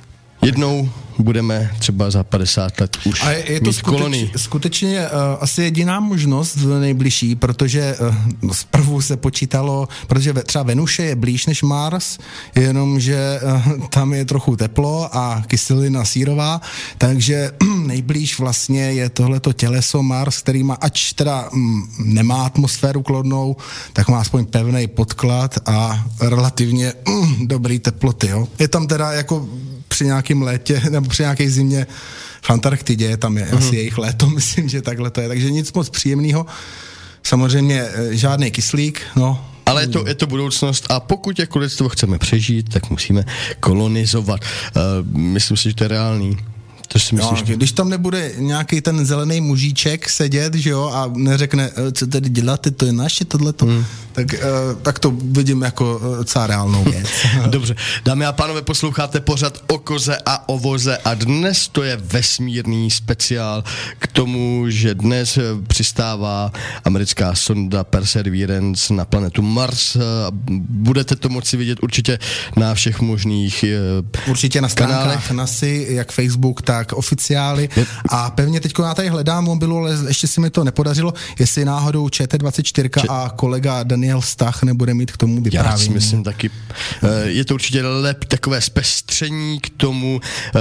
Speaker 4: jednou budeme třeba za padesát let už
Speaker 2: a je, je to
Speaker 4: mít
Speaker 2: skuteč,
Speaker 4: kolonii.
Speaker 2: skutečně uh, asi jediná možnost nejbližší, protože uh, no, zprvu se počítalo, protože ve, třeba Venuše je blíž než Mars, jenomže uh, tam je trochu teplo a kyselina sírová, takže nejblíž vlastně je tohleto těleso Mars, který má, ač teda mm, nemá atmosféru klodnou, tak má aspoň pevný podklad a relativně mm, dobrý teploty. Jo? Je tam teda jako při nějakém létě nebo při nějaké zimě v Antarktidě, tam je mm-hmm. asi jejich léto, myslím, že takhle to je. Takže nic moc příjemného. Samozřejmě žádný kyslík, no.
Speaker 4: Ale je to, je to budoucnost a pokud jako lidstvo chceme přežít, tak musíme kolonizovat. Uh, myslím si, že to je reálný. To si myslíš,
Speaker 2: no, když tam nebude nějaký ten zelený mužíček sedět, že jo, a neřekne, co tady děláte, to je naše tohleto, hmm. tak, uh, tak to vidím jako uh, celá reálnou věc.
Speaker 4: Dobře, dámy a pánové, posloucháte pořad o koze a o voze a dnes to je vesmírný speciál k tomu, že dnes přistává americká sonda Perseverance na planetu Mars. Budete to moci vidět určitě na všech možných uh,
Speaker 2: určitě na stránkách
Speaker 4: kanálech.
Speaker 2: NASA, jak Facebook, tak oficiály. A pevně teďko já tady hledám mobilu, ale ještě si mi to nepodařilo, jestli náhodou Č T dvacet čtyři Č- a kolega Daniel Stach nebude mít k tomu vyprávění.
Speaker 4: Já si myslím taky, je to určitě lep, takové zpestření k tomu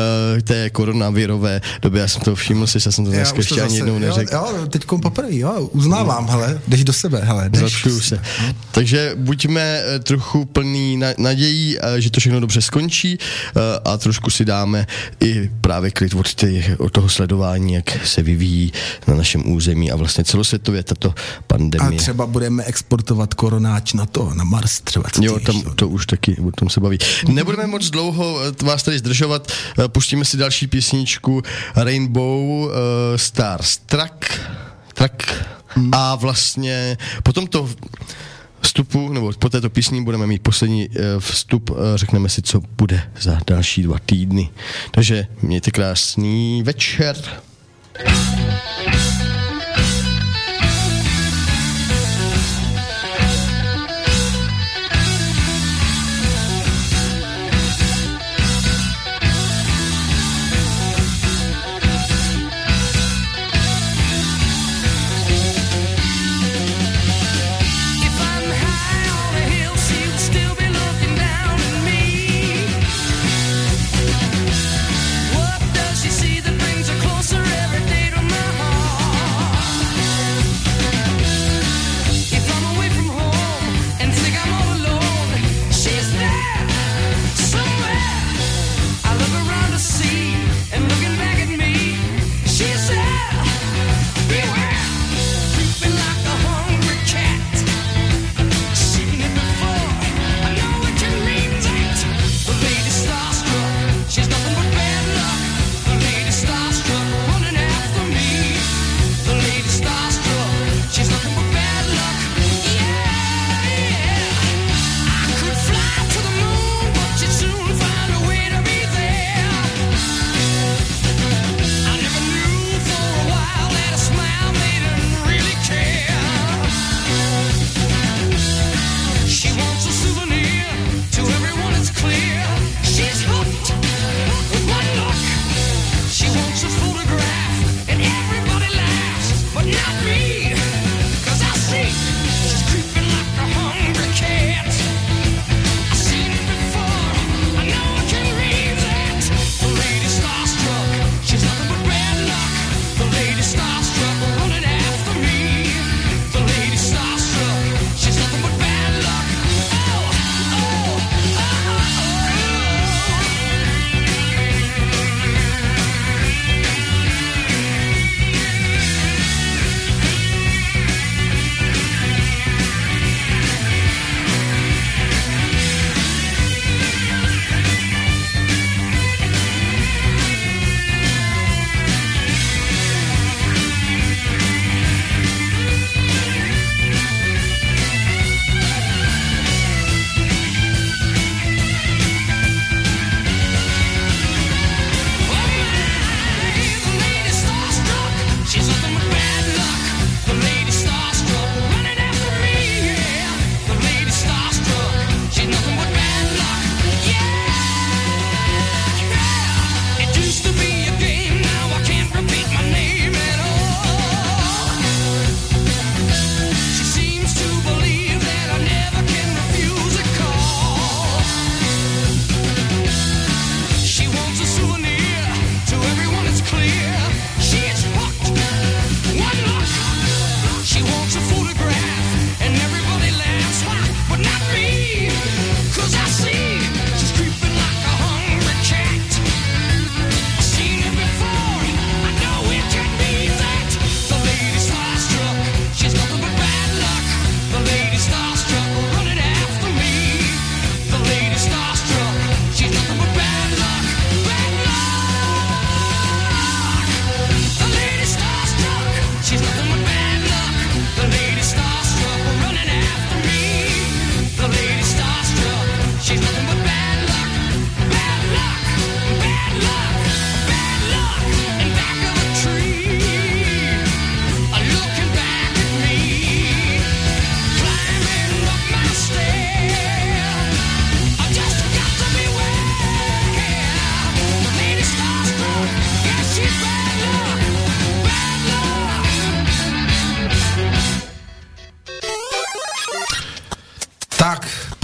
Speaker 4: té koronavirové době. Já jsem to všiml si, já jsem to dneska ještě ani jednou neřekl.
Speaker 2: Jo, jo teďko poprvé, jo, uznávám, no. Hele, jdeš do sebe, hele, jdeš.
Speaker 4: Zlepšuju se. No. Takže buďme trochu plný nadějí, že to všechno dobře skončí a trošku si dáme i právě klid od, ty, od toho sledování, jak se vyvíjí na našem území a vlastně celosvětově tato pandemie.
Speaker 2: A třeba budeme exportovat koronáč na to, na Mars třeba.
Speaker 4: Jo, tam to už taky, o tom se baví. Nebudeme moc dlouho vás tady zdržovat, pustíme si další písničku Rainbow uh, Stars Track, track hmm. a vlastně potom to vstupu, nebo po této písni budeme mít poslední uh, vstup, uh, řekneme si, co bude za další dva týdny. Takže mějte krásný večer.
Speaker 5: What does she see that brings her closer every day to my heart?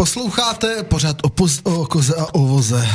Speaker 2: Posloucháte pořád o, poz, o koze a o voze.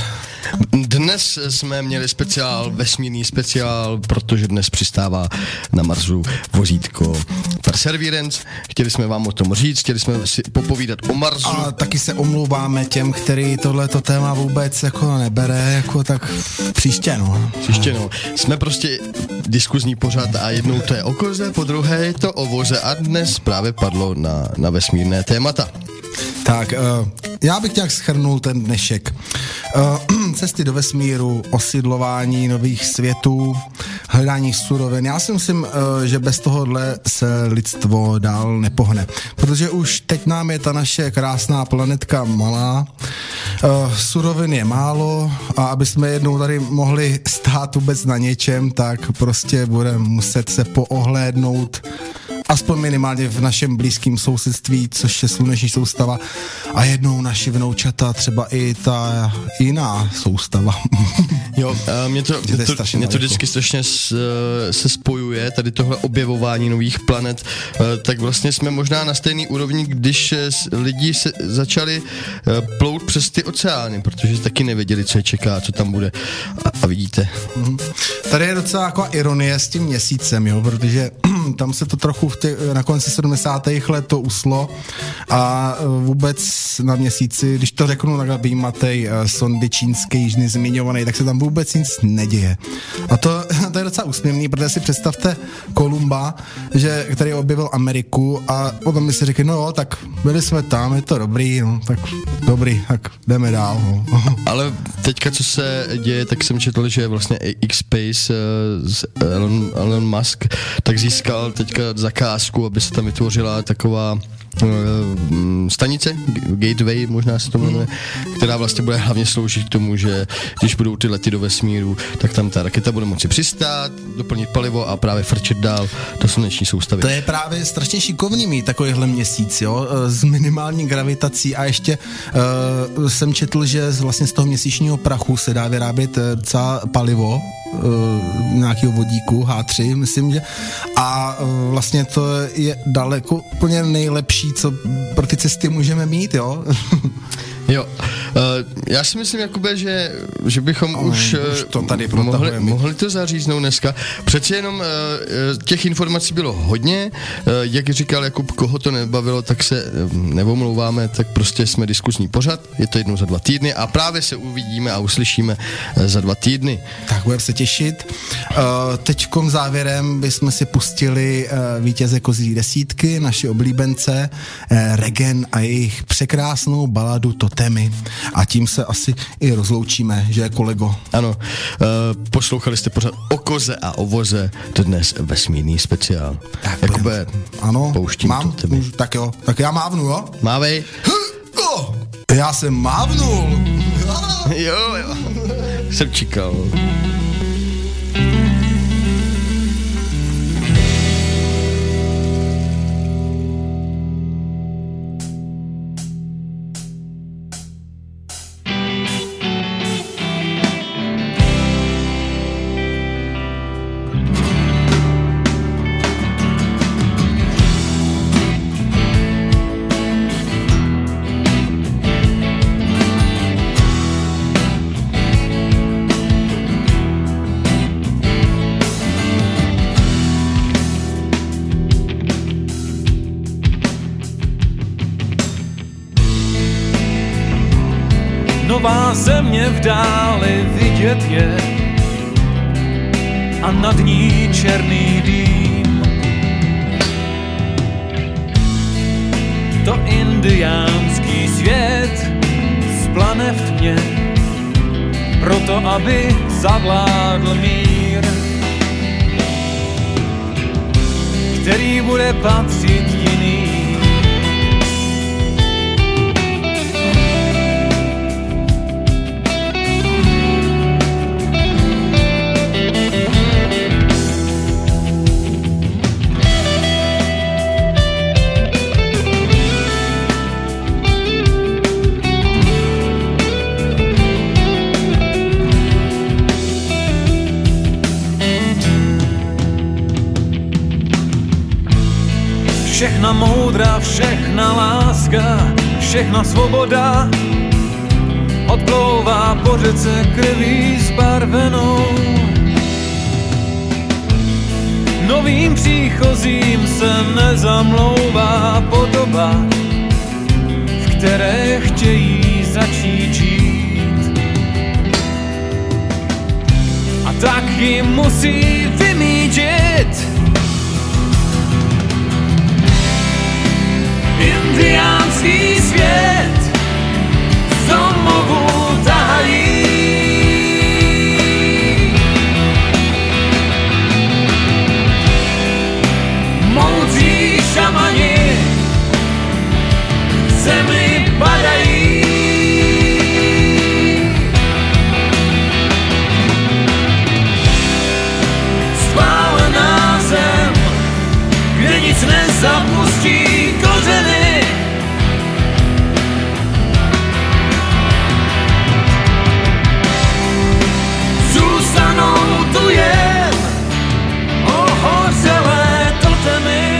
Speaker 4: Dnes jsme měli speciál, vesmírný speciál, protože dnes přistává na Marsu vozítko Perseverance. Chtěli jsme vám o tom říct, chtěli jsme si popovídat o Marsu.
Speaker 2: A taky se omlouváme těm, který tohleto téma vůbec jako nebere, jako tak příště, no.
Speaker 4: Příště, no. Jsme prostě diskuzní pořad a jednou to je o koze, po druhé je to o voze a dnes právě padlo na, na vesmírné témata.
Speaker 2: Tak, uh, já bych nějak shrnul ten dnešek. Uh, cesty do vesmíru, osidlování nových světů, hledání surovin. Já si myslím, uh, že bez tohohle se lidstvo dál nepohne. Protože už teď nám je ta naše krásná planetka malá, uh, surovin je málo a aby jsme jednou tady mohli stát vůbec na něčem, tak prostě budeme muset se poohlédnout aspoň minimálně v našem blízkém sousedství, což je sluneční soustava a jednou naši vnoučata, třeba i ta jiná soustava.
Speaker 4: Jo, mě to, mě to, mě to vždycky strašně s, se spojuje, tady tohle objevování nových planet, tak vlastně jsme možná na stejný úrovni, když lidi se začali plout přes ty oceány, protože taky nevěděli, co je čeká, co tam bude a, a vidíte.
Speaker 2: Tady je docela taková ironie s tím měsícem, jo, protože tam se to trochu v tě, na konci sedmdesátých let to uslo a vůbec na měsíci, když to řeknu takhle výjimatej sondy čínské jižny zmiňovaný, tak se tam vůbec nic neděje. A to, to je docela úsměvný, protože si představte Kolumba, že, který objevil Ameriku a potom mi si řekli, no jo, tak byli jsme tam, je to dobrý, no, tak dobrý, tak jdeme dál. No.
Speaker 4: Ale teďka, co se děje, tak jsem četl, že vlastně X-Space z Elon, Elon Musk tak získal teďka zakázku, aby se tam vytvořila taková uh, stanice, Gateway možná se to jmenuje, která vlastně bude hlavně sloužit k tomu, že když budou ty lety do vesmíru, tak tam ta raketa bude moci přistát, doplnit palivo a právě frčet dál do sluneční soustavy.
Speaker 2: To je právě strašně šikovný mít takovýhle měsíc, jo, s minimální gravitací a ještě uh, jsem četl, že vlastně z toho měsíčního prachu se dá vyrábět docela palivo, Uh, nějakého vodíku há tři, myslím, že a uh, vlastně to je daleko úplně nejlepší, co pro ty cesty můžeme mít, jo.
Speaker 4: Jo, uh, já si myslím, Jakube, že, že bychom
Speaker 2: Ale
Speaker 4: už,
Speaker 2: už to tady
Speaker 4: mohli, mohli to zaříznout dneska. Přeci jenom uh, těch informací bylo hodně, uh, jak říkal Jakub, koho to nebavilo, tak se uh, neomlouváme, tak prostě jsme diskusní pořad, je to jednou za dva týdny a právě se uvidíme a uslyšíme uh, za dva týdny.
Speaker 2: Tak budeme se těšit. Uh, teďkom závěrem bychom si pustili uh, vítěze kozí desítky, naši oblíbence, uh, Regen a jejich překrásnou baladu Totemy. A tím se asi i rozloučíme, že kolego?
Speaker 4: Ano, uh, poslouchali jste pořád o koze a o voze, to dnes vesmírný speciál.
Speaker 2: Tak
Speaker 4: Jakube,
Speaker 2: ano,
Speaker 4: pouštím
Speaker 2: mám,
Speaker 4: to tebe.
Speaker 2: Tak jo, tak já mávnu, jo?
Speaker 4: Mávej.
Speaker 2: Já jsem mávnul.
Speaker 4: Jo, jo, jsem čekal.
Speaker 7: Nová země v dáli vidět je a nad ní černý dým. To indiánský svět splane v tmě, proto aby zavládl mír, který bude patřit jiným. Všechna moudra, všechna láska, všechna svoboda odplouvá po řece krví zbarvenou. Novým příchozím se nezamlouvá podoba, v které chtějí začít žít. A tak ji musí vymítit. Indiánský svět z domovu tahají. Moudří šamani zemi padají. Spálená zem, kde nic nezapustí kořeny. Zůstanou tu jen ohořelé totemy.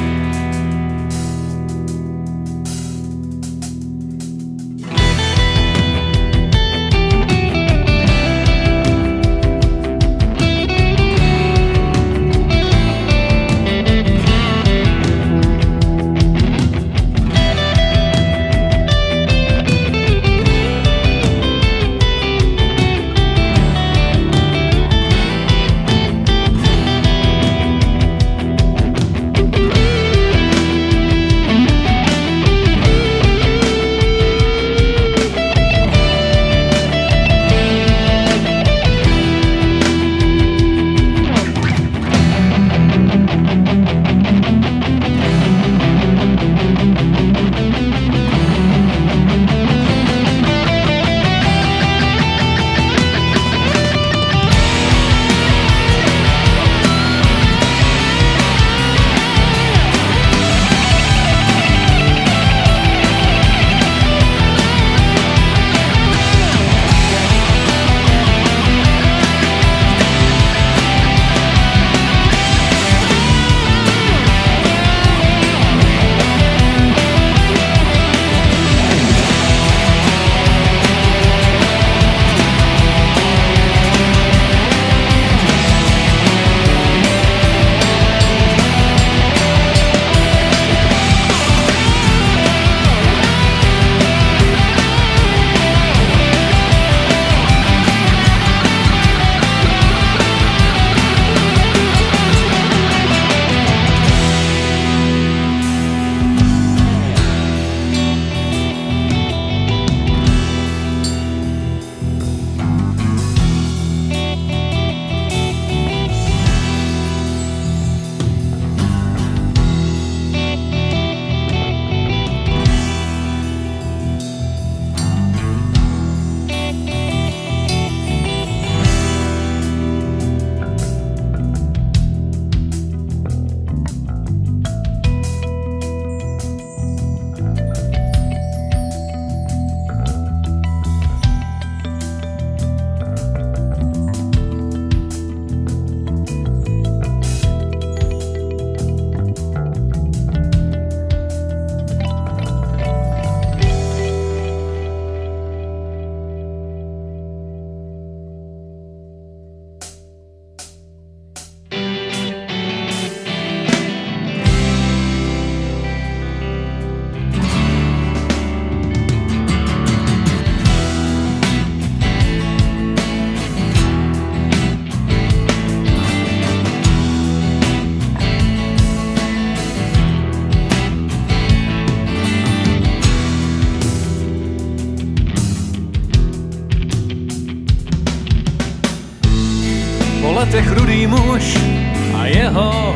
Speaker 7: letech rudý muž a jeho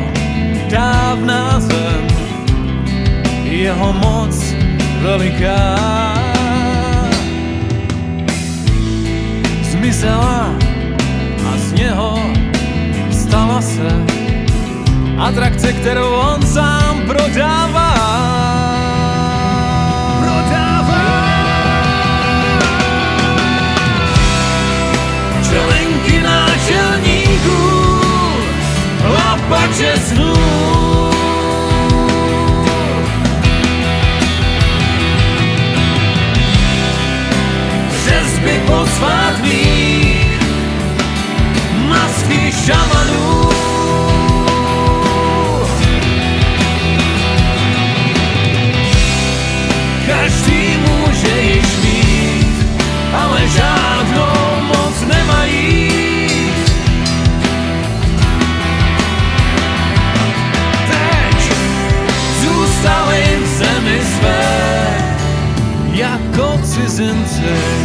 Speaker 7: dávná zem, jeho moc veliká zmizela a z něho stala se atrakce, kterou on sám prodává. Čelenky náčelníků, lapače snů. cizinci.